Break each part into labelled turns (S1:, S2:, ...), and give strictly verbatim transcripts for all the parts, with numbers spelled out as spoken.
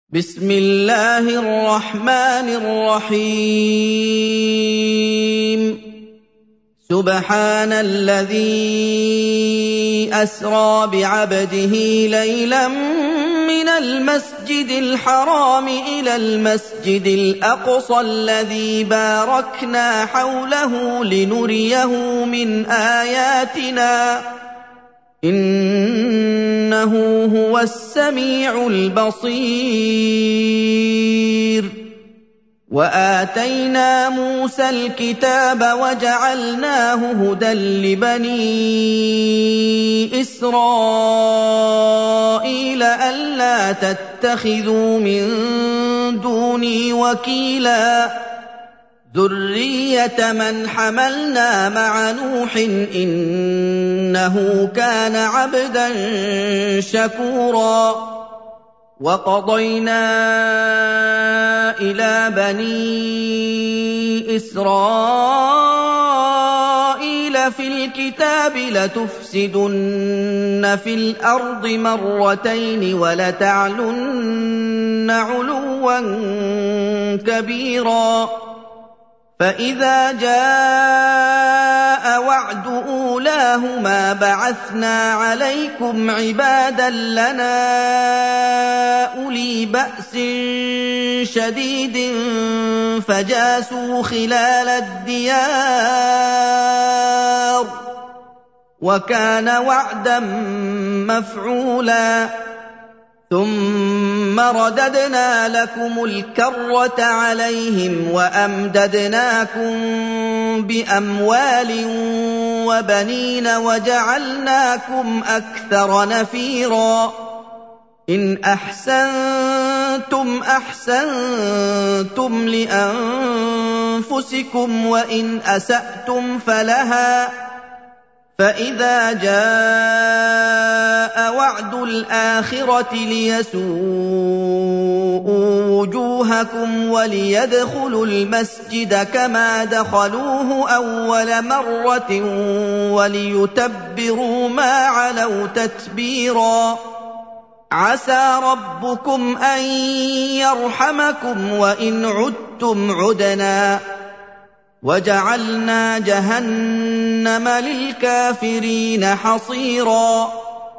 S1: بسم الله الرحمن الرحيم سبحان الذي أسرى بعبده ليلا من المسجد الحرام إلى المسجد الأقصى الذي باركنا حوله لنريه من آياتنا إنه هو السميع البصير وآتينا موسى الكتاب وجعلناه هدى لبني إسرائيل ألا تتخذوا من دوني وكيلا ذرية من حملنا مع نوح إنه كان عبدا شكورا وقضينا إلى بني إسرائيل في الكتاب لتفسدن في الأرض مرتين ولتعلن علوا كبيرا فإذا جاء وعد أولاهما بعثنا عليكم عبادا لنا أولي بأس شديد فجاسوا خلال الديار وكان وعدا مفعولا ثم رددنا لكم الكرة عليهم وأمددناكم بأموال وبنين وجعلناكم أكثر نفيرا إن أحسنتم أحسنتم لأنفسكم وإن أسأتم فلها فإذا جاء وعد الآخرة ليسوءوا وجوهكم وليدخلوا المسجد كما دخلوه أول مرة وليتبروا ما علوا تتبيرا عسى ربكم أن يرحمكم وإن عدتم عدنا وجعلنا جهنم للكافرين حصيرا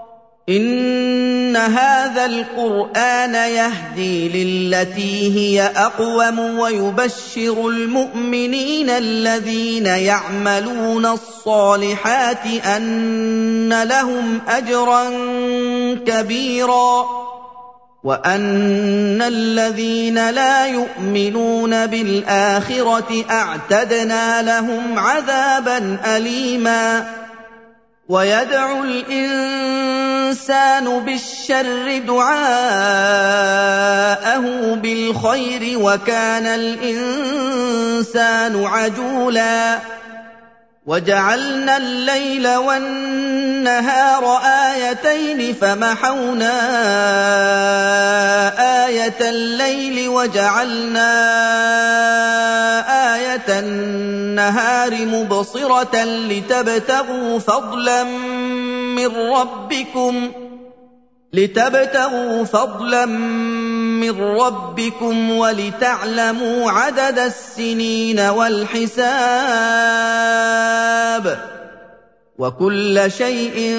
S1: إن هذا القرآن يهدي للتي هي أقوم ويبشر المؤمنين الذين يعملون الصالحات أن لهم أجرا كبيرا وأن الذين لا يؤمنون بالآخرة أعتدنا لهم عذابا أليما ويدعو الإنسان بالشر دعاءه بالخير وكان الإنسان عجولا وجعلنا الليل والنهار آيتين فمحونا آية الليل وجعلنا آية النهار مبصرة لتبتغوا فضلا من ربكم لتبتغوا فضلا من ربكم ولتعلموا عدد السنين والحساب وكل شيء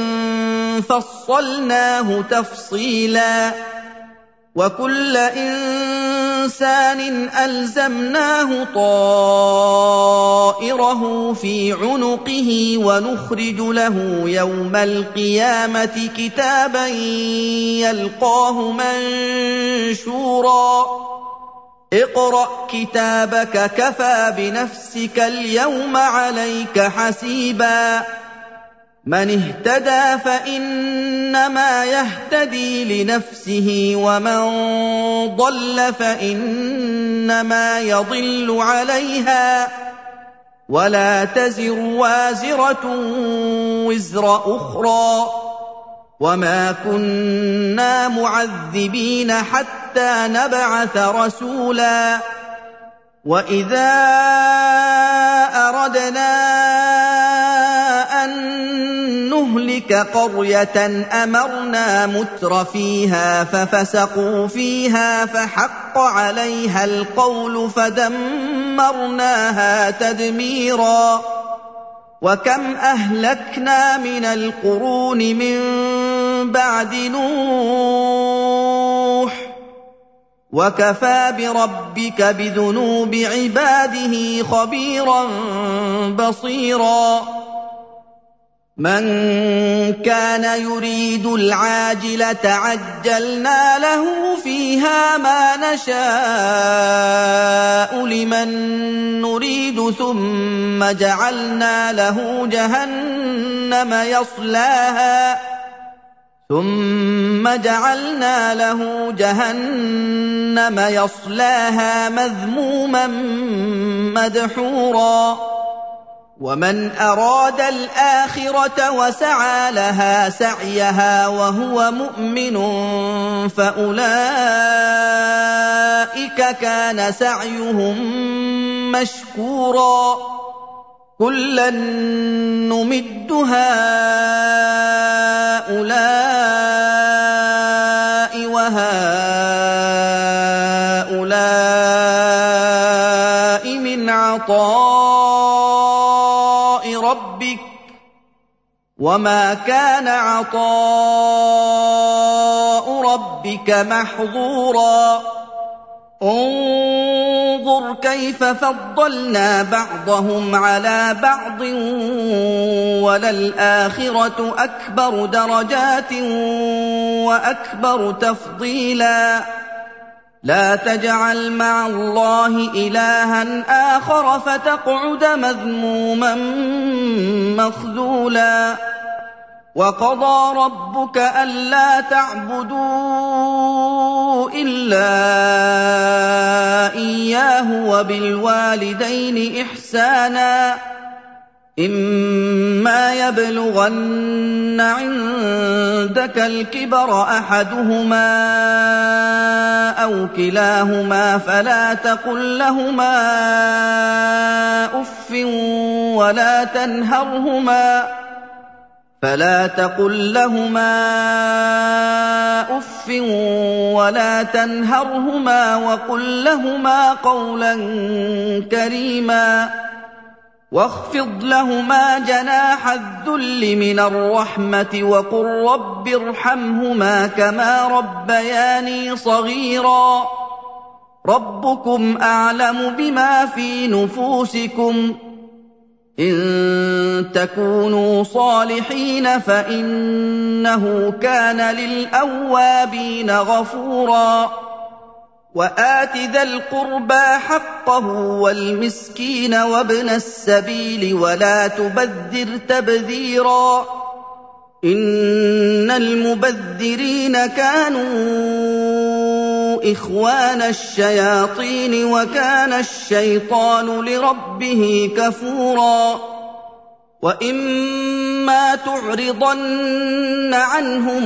S1: فصلناه تفصيلا وكل إنسان ألزمناه طائره في عنقه ونخرج له يوم القيامة كتابا يلقاه منشورا اقرأ كتابك كفى بنفسك اليوم عليك حسيبا من اهتدى فإنما يهتدي لنفسه ومن ضل فإنما يضل عليها ولا تزر وازرة وزر أخرى وما كنا معذبين حتى نبعث رسولا وإذا أردنا أن نهلك نهلك قرية أمرنا متر فيها ففسقوا فيها فحق عليها القول فدمرناها تدميرا وكم أهلكنا من القرون من بعد نوح وكفى بربك بذنوب عباده خبيرا بصيرا من كان يريد العاجلة عجلنا له فيها ما نشاء لمن نريد ثم جعلنا له جهنم يصلاها ثم جعلنا له جهنم يصلاها مذموما مدحورا ومن أراد الآخرة وسعى لها سعيها وهو مؤمن فأولئك كان سعيهم مشكورا كلا نمد هؤلاء وهؤلاء من عطاء ربك وما كان عطاء ربك محظورا انظر كيف فضلنا بعضهم على بعض وللآخرة أكبر درجات وأكبر تفضيلا لا تجعل مع الله إلها آخر فتقعد مذموما مخذولا وقضى ربك ألا تعبدوا إلا إياه وبالوالدين إحسانا إما يبلغن عندك الكبر أحدهما أو كلاهما فلا تقل لهما أف ولا تنهرهما فلا تقل لهما أف ولا تنهرهما وقل لهما قولا كريما واخفض لهما جناح الذل من الرحمة وقل رب ارحمهما كما ربياني صغيرا ربكم أعلم بما في نفوسكم إن تكونوا صالحين فإنه كان للأوابين غفورا وآت ذا القربى حقه والمسكين وابن السبيل ولا تبذر تبذيرا إن المبذرين كانوا إخوان الشياطين وكان الشيطان لربه كفورا وإما تعرضن عنهم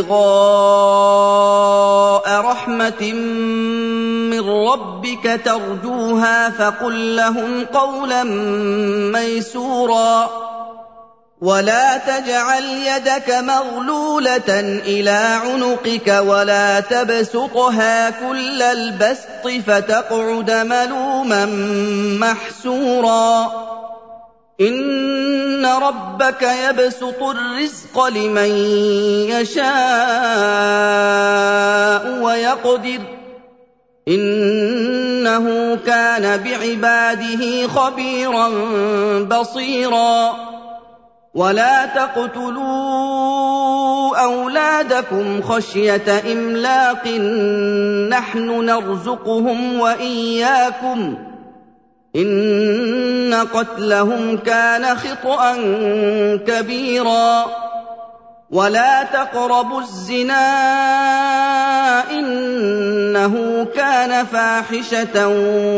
S1: ابتغاء رحمة من ربك ترجوها فقل لهم قولا ميسورا ولا تجعل يدك مغلولة إلى عنقك ولا تبسطها كل البسط فتقعد ملوما محسورا إن ربك يبسط الرزق لمن يشاء ويقدر إنه كان بعباده خبيرا بصيرا ولا تقتلوا أولادكم خشية إملاق نحن نرزقهم وإياكم إن قتلهم كان خطأ كبيرا ولا تقربوا الزنا إنه كان فاحشة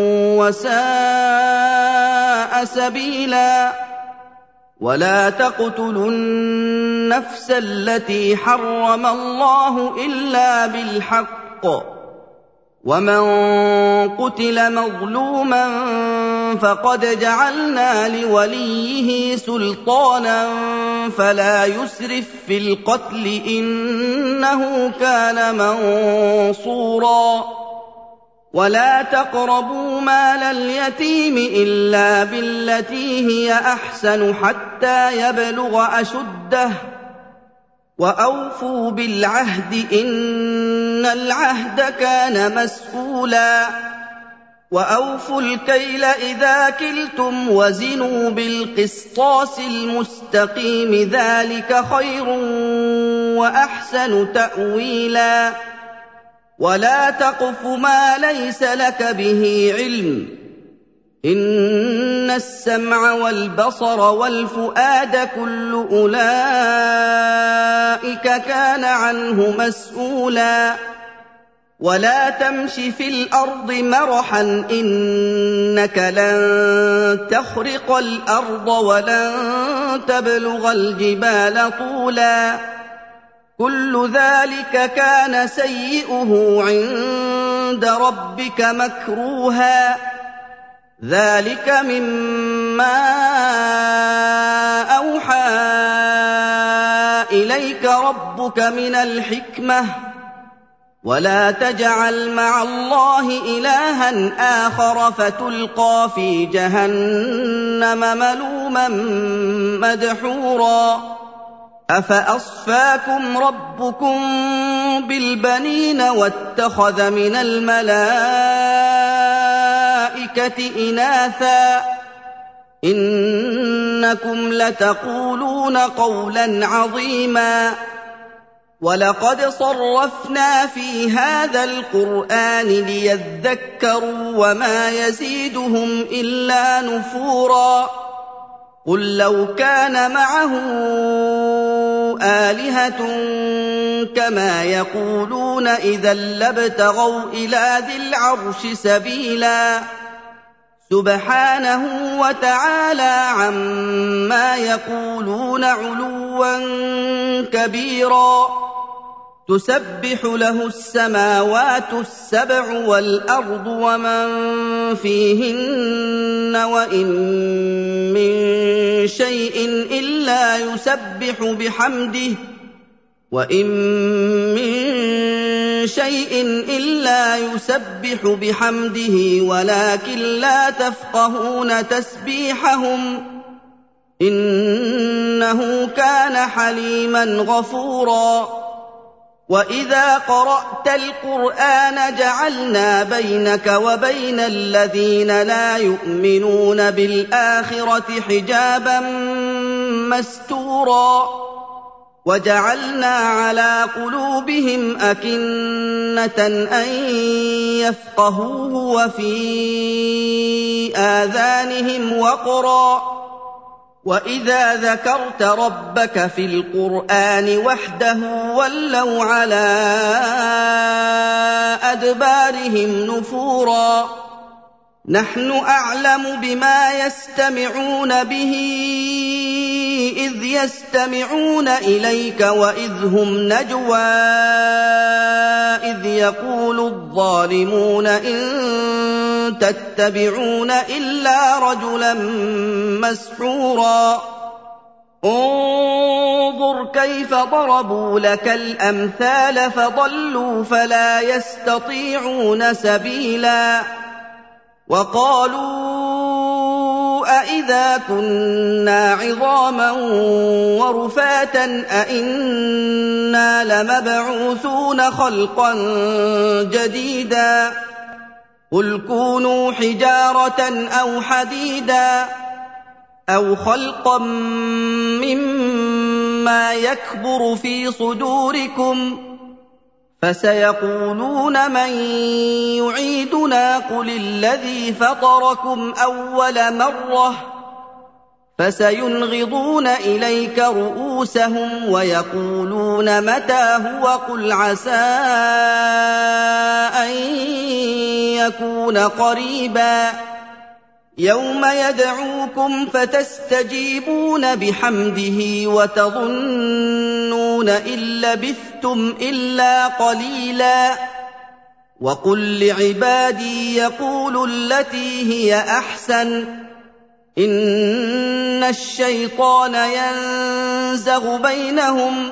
S1: وساء سبيلا ولا تقتلوا النفس التي حرم الله إلا بالحق ومن قتل مظلوما فقد جعلنا لوليه سلطانا فلا يسرف في القتل إنه كان منصورا ولا تقربوا مال اليتيم إلا بالتي هي أحسن حتى يبلغ أشده وأوفوا بالعهد إن العهد كان مسؤولا وأوفوا الكيل إذا كلتم وزنوا بالقسطاس المستقيم ذلك خير وأحسن تأويلا ولا تقف ما ليس لك به علم إن السمع والبصر والفؤاد كل أولئك كان عنه مسؤولا ولا تمش في الأرض مرحا إنك لن تخرق الأرض ولن تبلغ الجبال طولا كل ذلك كان سيئه عند ربك مكروها ذلك مما أوحى إليك ربك من الحكمة ولا تجعل مع الله إلها آخر فتلقى في جهنم ملوما مدحورا أفأصفاكم ربكم بالبنين واتخذ من الملائكة إناثا إنكم لتقولون قولا عظيما ولقد صرفنا في هذا القرآن ليذكروا وما يزيدهم إلا نفورا قل لو كان معه آلهة كما يقولون إذا لابتغوا إلى ذي العرش سبيلا سبحانه وتعالى عما يقولون علوا كبيرا تسبح له السماوات السبع والأرض ومن فيهن وإن من شيء إلا يسبح بحمده وإن من شيء إلا يسبح بحمده ولكن لا تفقهون تسبيحهم إنه كان حليما غفورا وإذا قرأت القرآن جعلنا بينك وبين الذين لا يؤمنون بالآخرة حجابا مستورا وجعلنا على قلوبهم أكنة أن يفقهوه وفي آذانهم وقرا وإذا ذكرت ربك في القرآن وحده ولوا على أدبارهم نفورا نحن أعلم بما يستمعون به إذ يستمعون إليك وإذ هم نجوى إذ يقول الظالمون إن تتبعون إلا رجلا مسحورا انظر كيف ضربوا لك الأمثال فضلوا فلا يستطيعون سبيلا وقالوا أئذا كنا عظاما ورفاتا أئنا لمبعوثون خلقا جديدا قل كونوا حجارة أو حديدا أو خلقا مما يكبر في صدوركم فسيقولون من يعيدنا قل الذي فطركم أول مرة فسينغضون إليك رؤوسهم ويقولون متى هو قل عسى أن يكون قريبا يوم يدعوكم فتستجيبون بحمده وتظنون إن لبثتم إلا قليلا وَقُل لِّعِبَادِي يَقُولُوا الَّتِي هِيَ أَحْسَنُ إِنَّ الشَّيْطَانَ يَنزَغُ بَيْنَهُمْ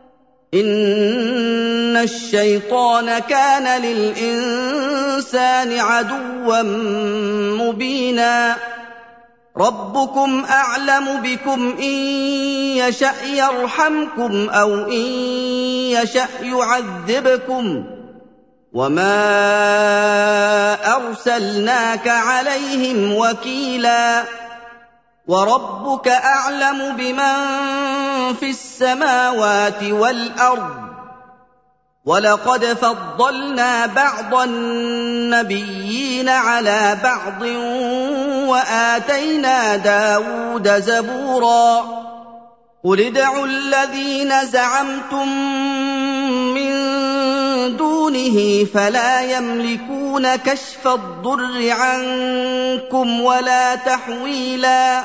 S1: إِنَّ الشَّيْطَانَ كَانَ لِلْإِنسَانِ عَدُوًّا مُّبِينًا رَبُّكُمْ أَعْلَمُ بِكُمْ إِن يَشَأْ يَرْحَمْكُمْ أَوْ إِن يَشَأْ يُعَذِّبْكُمْ وَمَا أَرْسَلْنَاكَ عَلَيْهِمْ وَكِيلًا وَرَبُّكَ أَعْلَمُ بِمَن فِي السَّمَاوَاتِ وَالْأَرْضِ وَلَقَدْ فَضَّلْنَا بَعْضَ النَّبِيِّينَ عَلَىٰ بَعْضٍ وَآتَيْنَا دَاوُودَ زَبُورًا قُلِ ادْعُوا الَّذِينَ زَعَمْتُم مِّن دُونِهِ فَلَا يَمْلِكُونَ كَشْفَ الضُّرِّ عَنكُمْ وَلَا تَحْوِيلًا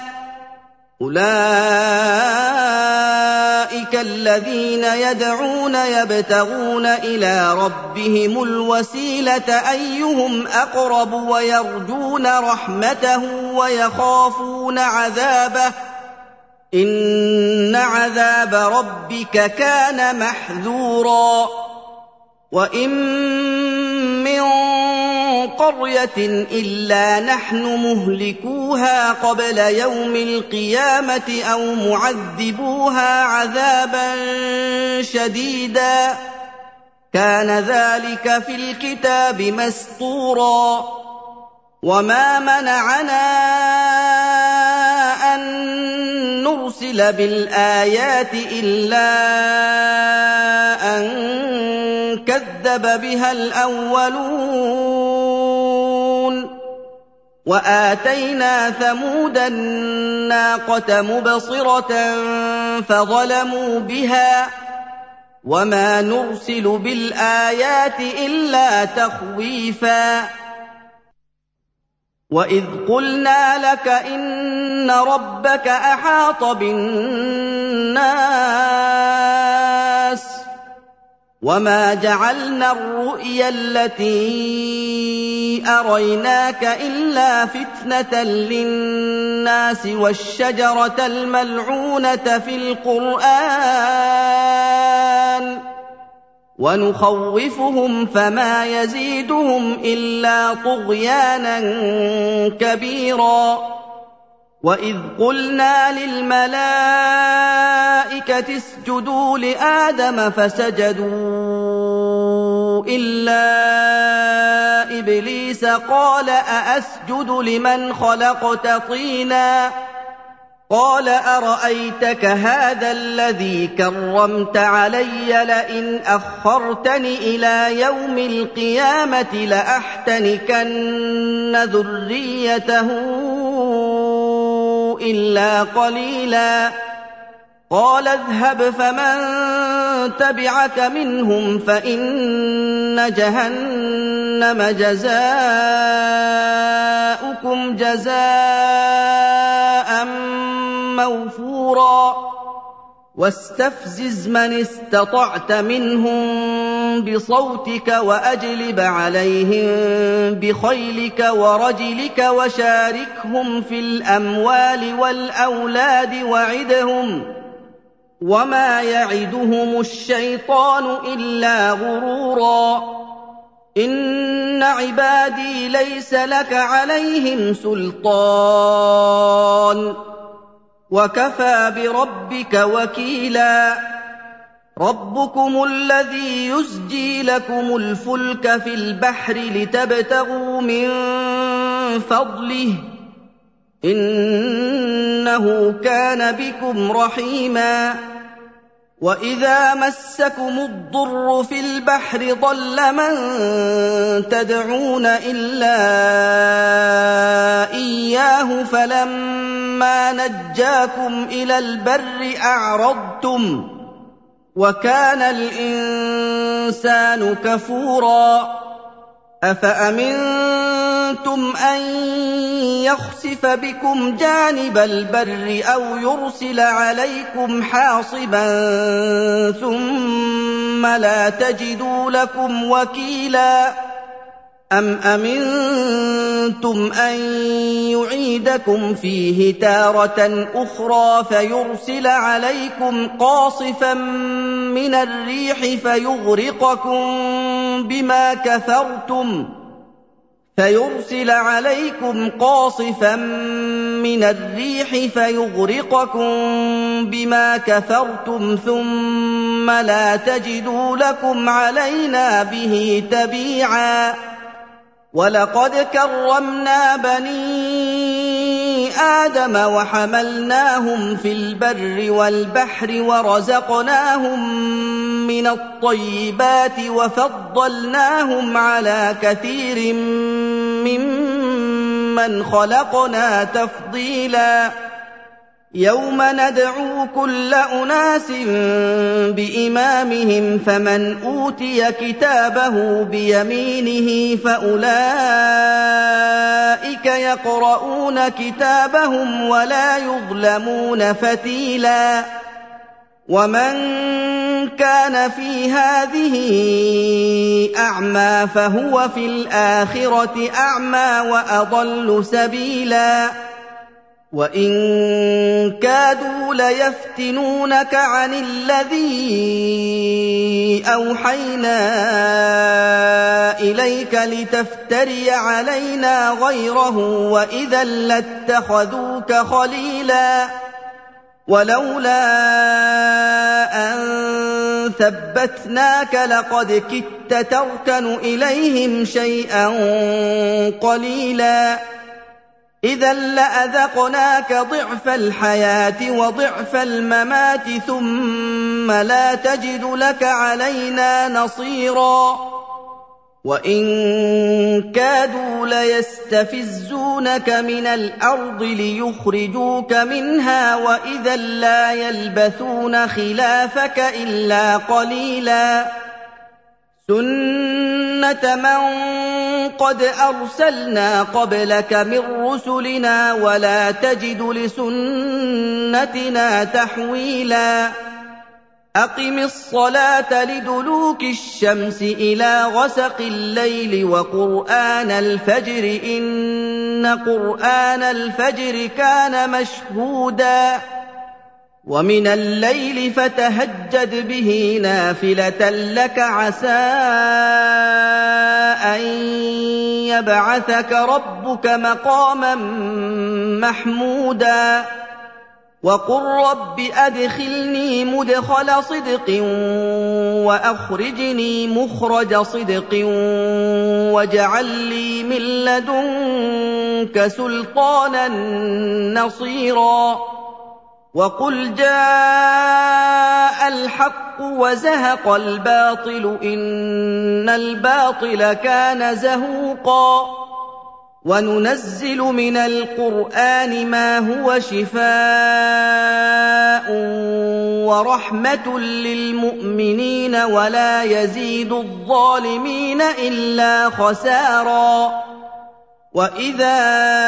S1: أُولَٰئِكَ الَّذِينَ يَدْعُونَ يَبْتَغُونَ إِلَىٰ رَبِّهِمُ الْوَسِيلَةَ أَيُّهُمْ أَقْرَبُ وَيَرْجُونَ رَحْمَتَهُ وَيَخَافُونَ عَذَابَهُ إِنَّ عَذَابَ رَبِّكَ كَانَ مَحْذُورًا وَإِن مِّن قَرْيَةٍ إِلَّا نَحْنُ مُهْلِكُوهَا قَبْلَ يَوْمِ الْقِيَامَةِ أَوْ مُعَذِّبُوهَا عَذَابًا شَدِيدًا كَانَ ذَلِكَ فِي الْكِتَابِ مَسْطُورًا وَمَا مَنَعَنَا أَن نُّرْسِلَ بِالْآيَاتِ إِلَّا أَن كَذَّبَ بِهَا الْأَوَّلُونَ وَآتَيْنَا ثَمُودَ النَّاقَةَ مُبْصِرَةً فَظَلَمُوا بِهَا وَمَا نُرْسِلُ بِالْآيَاتِ إِلَّا تَخْوِيفًا وَإِذْ قُلْنَا لَكَ إِنَّ رَبَّكَ أَحَاطَ بِالنَّاسِ وَمَا جَعَلْنَا الرُّؤْيَا الَّتِي أَرَيْنَاكَ إِلَّا فِتْنَةً لِّلنَّاسِ وَالشَّجَرَةَ الْمَلْعُونَةَ فِي الْقُرْآنِ وَنُخَوِّفُهُمْ فَمَا يَزِيدُهُمْ إِلَّا طُغْيَانًا كَبِيرًا وَإِذْ قُلْنَا لِلْمَلَائِكَةِ اسْجُدُوا لِآدَمَ فَسَجَدُوا إِلَّا إِبْلِيسَ قَالَ أَأَسْجُدُ لِمَنْ خَلَقْتَ طِينًا قَالَ أَرَأَيْتَكَ هَٰذَا الَّذِي كَرَّمْتَ عَلَيَّ لَئِنْ أَخَّرْتَنِ إِلَىٰ يَوْمِ الْقِيَامَةِ لَأَحْتَنِكَنَّ ذُرِّيَّتَهُ إِلَّا قَلِيلًا قَالَ اذْهَبْ فَمَن تَبِعَكَ مِنْهُمْ فَإِنَّ جَهَنَّمَ جَزَاؤُكُمْ جَزَاءً مَّوْفُورًا وَاسْتَفْزِزْ مَنِ اسْتَطَعْتَ مِنْهُم بِصَوْتِكَ وَأَجْلِبْ عَلَيْهِم بِخَيْلِكَ وَرَجِلِكَ وَشَارِكْهُمْ فِي الْأَمْوَالِ وَالْأَوْلَادِ وَعِدْهُمْ وَمَا يَعِدُهُمُ الشَّيْطَانُ إِلَّا غُرُورًا إِنَّ عِبَادِي لَيْسَ لَكَ عَلَيْهِمْ سُلْطَانٌ وَكَفَىٰ بِرَبِّكَ وَكِيلًا رَبُّكُمُ الَّذِي يُزْجِي لَكُمُ الْفُلْكَ فِي الْبَحْرِ لِتَبْتَغُوا مِن فَضْلِهِ إِنَّهُ كَانَ بِكُمْ رَحِيمًا وَإِذَا مَسَّكُمُ الضُّرُّ فِي الْبَحْرِ ضَلَّ مَن تَدْعُونَ إِلَّا إِيَّاهُ فَلَمَّا نَجَّاكُمْ إِلَى الْبَرِّ أَعْرَضْتُمْ وَكَانَ الْإِنسَانُ كَفُورًا أَفَأَمِنتُمْ أَن يَخْسِفَ بِكُمْ جَانِبَ الْبَرِّ أَوْ يُرْسِلَ عَلَيْكُمْ حَاصِبًا ثُمَّ لَا تَجِدُوا لَكُمْ وَكِيلًا أَمْ أَمِنتُمْ أَن يُعِيدَكُمْ فِيهِ تَارَةً أُخْرَىٰ فَيُرْسِلَ عَلَيْكُمْ قَاصِفًا مِّنَ الرِّيحِ فَيُغْرِقَكُم بِمَا كَفَرْتُمْ فيرسل عليكم قاصفا من الريح فيغرقكم بما كفرتم ثم لا تجدوا لكم علينا به تبيعا ولقد كرمنا بني آدم وحملناهم في البر والبحر ورزقناهم من الطيبات وفضلناهم على كثير ممن خلقنا تفضيلا يوم ندعو كل أناس بإمامهم فمن أوتي كتابه بيمينه فأولئك يقرؤون كتابهم ولا يظلمون فتيلا ومن كان في هذه أعمى فهو في الآخرة أعمى وأضل سبيلا وإن كادوا ليفتنونك عن الذي أوحينا إليك لتفتري علينا غيره وإذا لاتخذوك خليلا ولولا أن ثبتناك لقد كدت تركن إليهم شيئا قليلا إذا لأذقناك ضعف الحياة وضعف الممات ثم لا تجد لك علينا نصيرا وإن كادوا ليستفزونك من الأرض ليخرجوك منها وإذا لا يلبثون خلافك إلا قليلا سنة من قد أرسلنا قبلك من رسلنا ولا تجد لسنتنا تحويلا أقم الصلاة لدلوك الشمس إلى غسق الليل وقرآن الفجر إن قرآن الفجر كان مشهودا ومن الليل فتهجد به نافلة لك عسى أن يبعثك ربك مقاما محمودا وقل رب أدخلني مدخل صدق وأخرجني مخرج صدق واجعل لي من لدنك سلطانا نصيرا وقل جاء الحق وزهق الباطل إن الباطل كان زهوقا وننزل من القرآن ما هو شفاء ورحمة للمؤمنين ولا يزيد الظالمين إلا خسارا وإذا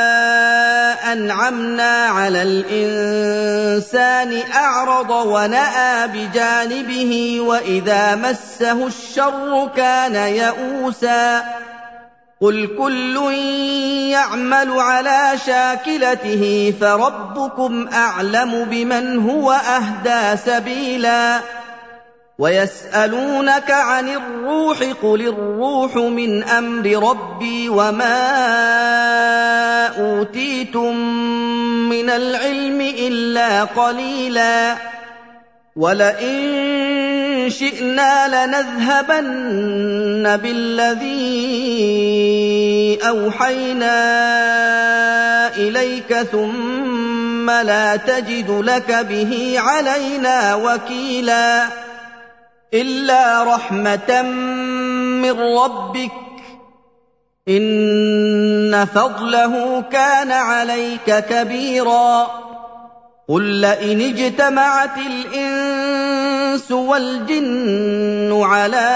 S1: أنعمنا على الإنسان أعرض ونأى بجانبه وإذا مسه الشر كان يئوسا قل كل يعمل على شاكلته فربكم أعلم بمن هو أهدى سبيلا ويسألونك عن الروح قل الروح من أمر ربي وما أوتيتم من العلم إلا قليلا ولئن شئنا لنذهبن بالذي أوحينا إليك ثم لا تجد لك به علينا وكيلا إلا رحمة من ربك إن فضله كان عليك كبيرا قل لئن اجتمعت الإنس والجن على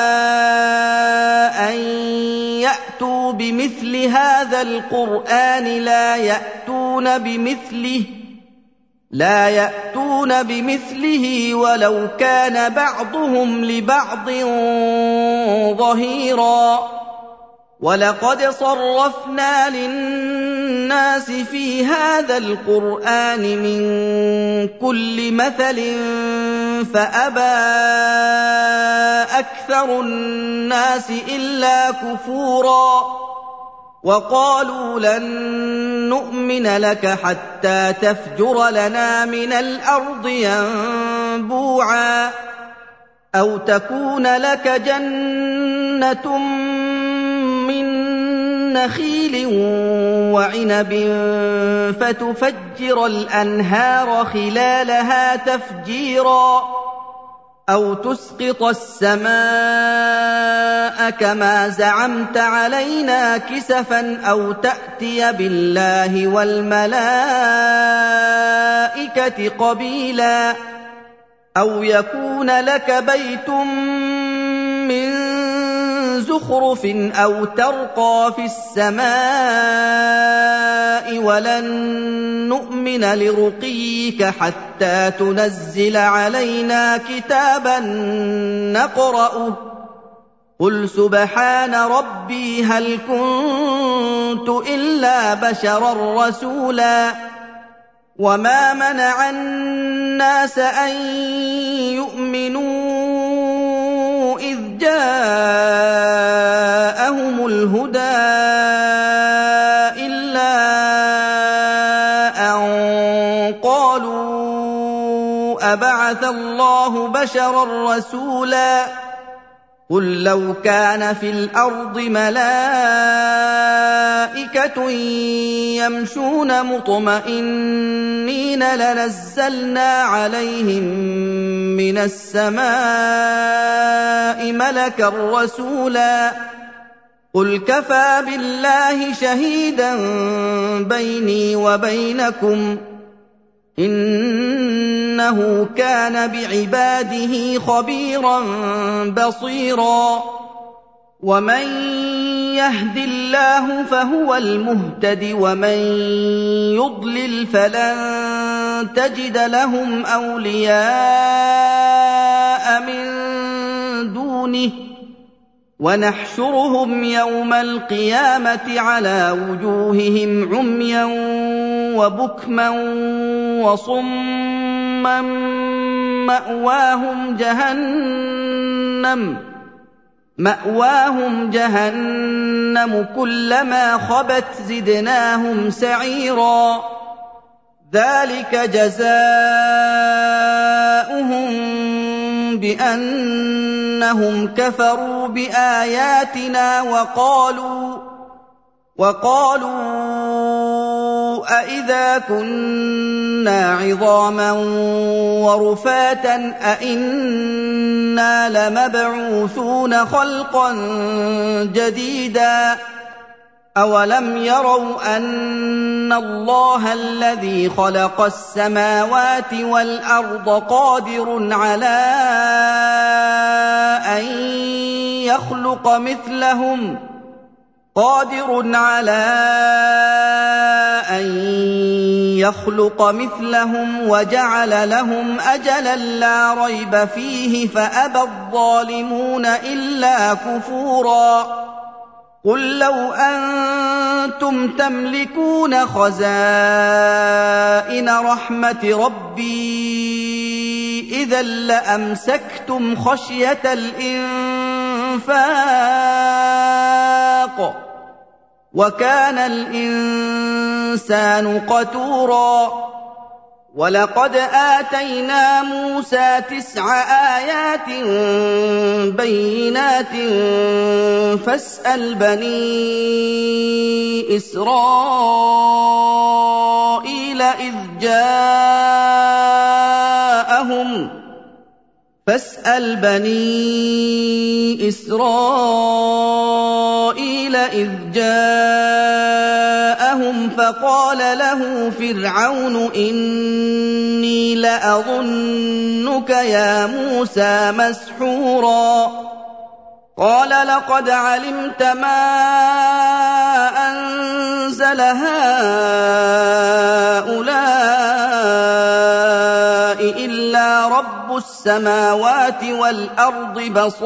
S1: أن يأتوا بمثل هذا القرآن لا يأتون بمثله لا يأتون بمثله ولو كان بعضهم لبعض ظهيرا وَلَقَدْ صَرَّفْنَا لِلنَّاسِ فِي هَٰذَا الْقُرْآنِ مِن كُلِّ مَثَلٍ فَأَبَىٰ أَكْثَرُ النَّاسِ إِلَّا كُفُورًا وَقَالُوا لَن نُّؤْمِنَ لَكَ حَتَّىٰ تَفْجُرَ لَنَا مِنَ الْأَرْضِ يَنبُوعًا أَوْ تَكُونَ لَكَ جَنَّةٌ مِّن نَّخِيلٍ وَعِنَبٍ فَتُفَجِّرَ الْأَنْهَارَ خِلَالَهَا تَفْجِيرًا أَوْ تُسْقِطَ السَّمَاءَ كَمَا زَعَمْتَ عَلَيْنَا كِسَفًا أَوْ تَأْتِيَ بِاللَّهِ وَالْمَلَائِكَةِ قَبِيلًا أَوْ يَكُونَ لَكَ بَيْتٌ مِّن زُخْرُفٍ أَوْ تَرْقَىٰ فِي السَّمَاءِ وَلَن نُّؤْمِنَ لِرُقِيِّكَ حَتَّىٰ تُنَزِّلَ عَلَيْنَا كِتَابًا نَّقْرَؤُهُ قُلْ سُبْحَانَ رَبِّي هَلْ كُنتُ إِلَّا بَشَرًا رَّسُولًا وَمَا مَنَعَ النَّاسَ أَن يُؤْمِنُوا إِذْ جَاءَهُمُ الْهُدَىٰ إِلَّا أَن قَالُوا أَبَعَثَ اللَّهُ بَشَرًا رَّسُولًا قُل لَّوْ كَانَ فِي الْأَرْضِ مَلَائِكَةٌ يَمْشُونَ مُطْمَئِنِّينَ لَنَزَّلْنَا عَلَيْهِم مِّنَ السَّمَاءِ مَلَكًا رَّسُولًا قُلْ كَفَىٰ بِاللَّهِ شَهِيدًا بَيْنِي وَبَيْنَكُمْ إِنَّهُ كَانَ بِعِبَادِهِ خَبِيرًا بَصِيرًا وَمَن يَهْدِ اللَّهُ فَهُوَ الْمُهْتَدِ وَمَن يُضْلِلْ فَلَن تَجِدَ لَهُمْ أَوْلِيَاءَ مِن دُونِهِ وَنَحْشُرُهُمْ يَوْمَ الْقِيَامَةِ عَلَىٰ وُجُوهِهِمْ عُمْيًا وَبُكْمًا وَصُمًّا مَّأْوَاهُمْ جَهَنَّمُ مَأْوَاهُمْ جَهَنَّمُ كُلَّمَا خَبَتْ زِدْنَاهُمْ سَعِيرًا ذَلِكَ جَزَاؤُهُم بِأَنَّهُمْ كَفَرُوا بِآيَاتِنَا وَقَالُوا وَقَالُوا أَإِذَا كُنَّا عِظَامًا وَرُفَاتًا أَإِنَّا لَمَبْعُوثُونَ خَلْقًا جَدِيدًا أَوَلَمْ يَرَوْا أَنَّ اللَّهَ الَّذِي خَلَقَ السَّمَاوَاتِ وَالْأَرْضَ قَادِرٌ عَلَىٰ أَن يَخْلُقَ مِثْلَهُمْ قادر على أن يخلق مثلهم وجعل لهم أجلا لا ريب فيه فأبى الظالمون إلا كفورا قل لو أنتم تملكون خزائن رحمة ربي إذا لأمسكتم خشية الإنفاق وكان الإنسان قتورا ولقد آتينا موسى تسع آيات بينات فاسأل بني إسرائيل إذ جاءهم فاسأل بني إسرائيل إذ جاءهم فقال له فرعون إني لأظنك يا موسى مسحورا قال لقد علمت ما أنزل هؤلاء إلا رب السماوات السَّمَاوَاتِ وَالْأَرْضِ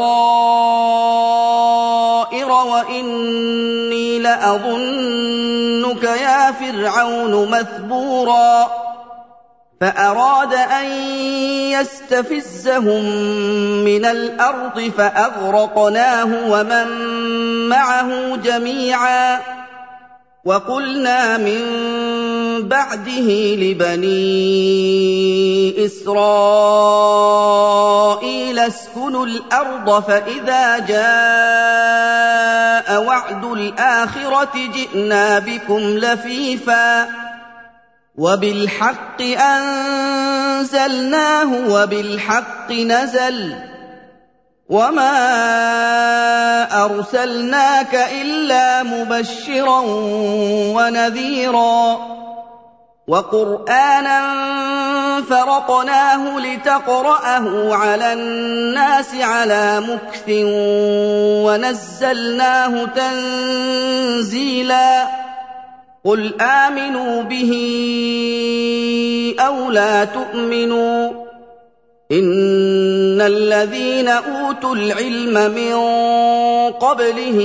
S1: بَصَائِرَ وَإِنِّي لَأَظُنُّكَ يَا فِرْعَوْنُ مَثْبُورًا فَأَرَادَ أَن يَسْتَفِزَّهُم مِّنَ الْأَرْضِ فَأَغْرَقْنَاهُ وَمَن مَّعَهُ جَمِيعًا وَقُلْنَا مِن بَعْدِهِ لِبَنِي إِسْرَائِيلَ اسْكُنُوا الْأَرْضَ فَإِذَا جَاءَ وَعْدُ الْآخِرَةِ جِئْنَا بِكُمْ لَفِيفًا وَبِالْحَقِّ أَنزَلْنَاهُ وَبِالْحَقِّ نَزَلَ وَمَا أَرْسَلْنَاكَ إِلَّا مُبَشِّرًا وَنَذِيرًا وَقُرْآنًا فَرَقْنَاهُ لِتَقْرَأَهُ عَلَى النَّاسِ عَلَىٰ مُكْثٍ وَنَزَّلْنَاهُ تَنزِيلًا قُلْ آمِنُوا بِهِ أَوْ لَا تُؤْمِنُوا إِنَّ الَّذِينَ أُوتُوا الْعِلْمَ مِن قَبْلِهِ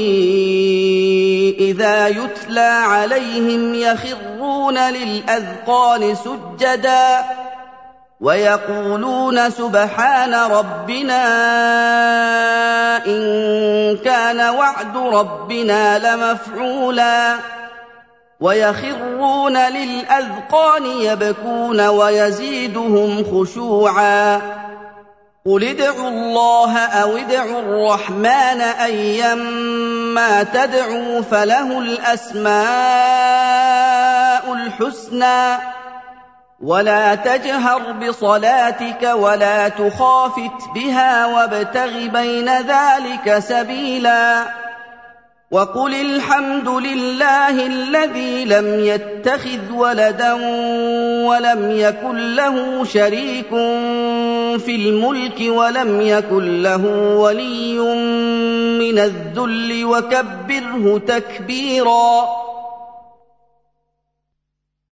S1: إِذَا يُتْلَىٰ عَلَيْهِمْ يَخِرُّونَ لِلْأَذْقَانِ سُجَّدًا وَيَقُولُونَ سُبْحَانَ رَبِّنَا إِن كَانَ وَعْدُ رَبِّنَا لَمَفْعُولًا وَيَخِرُّونَ لِلْأَذْقَانِ يَبْكُونَ وَيَزِيدُهُمْ خُشُوعًا قُلِ ادْعُوا اللَّهَ أَوِ ادْعُوا الرَّحْمَٰنَ أَيًّا مَّا تَدْعُوا فَلَهُ الْأَسْمَاءُ الْحُسْنَىٰ وَلَا تَجْهَرْ بِصَلَاتِكَ وَلَا تُخَافِتْ بِهَا وَابْتَغِ بَيْنَ ذَٰلِكَ سَبِيلًا وَقُلِ الْحَمْدُ لِلَّهِ الَّذِي لَمْ يَتَّخِذْ وَلَدًا وَلَمْ يَكُن لَّهُ شَرِيكٌ فِي الْمُلْكِ وَلَمْ يَكُن لَّهُ وَلِيٌّ مِّنَ الذُّلِّ وَكَبِّرْهُ تَكْبِيرًا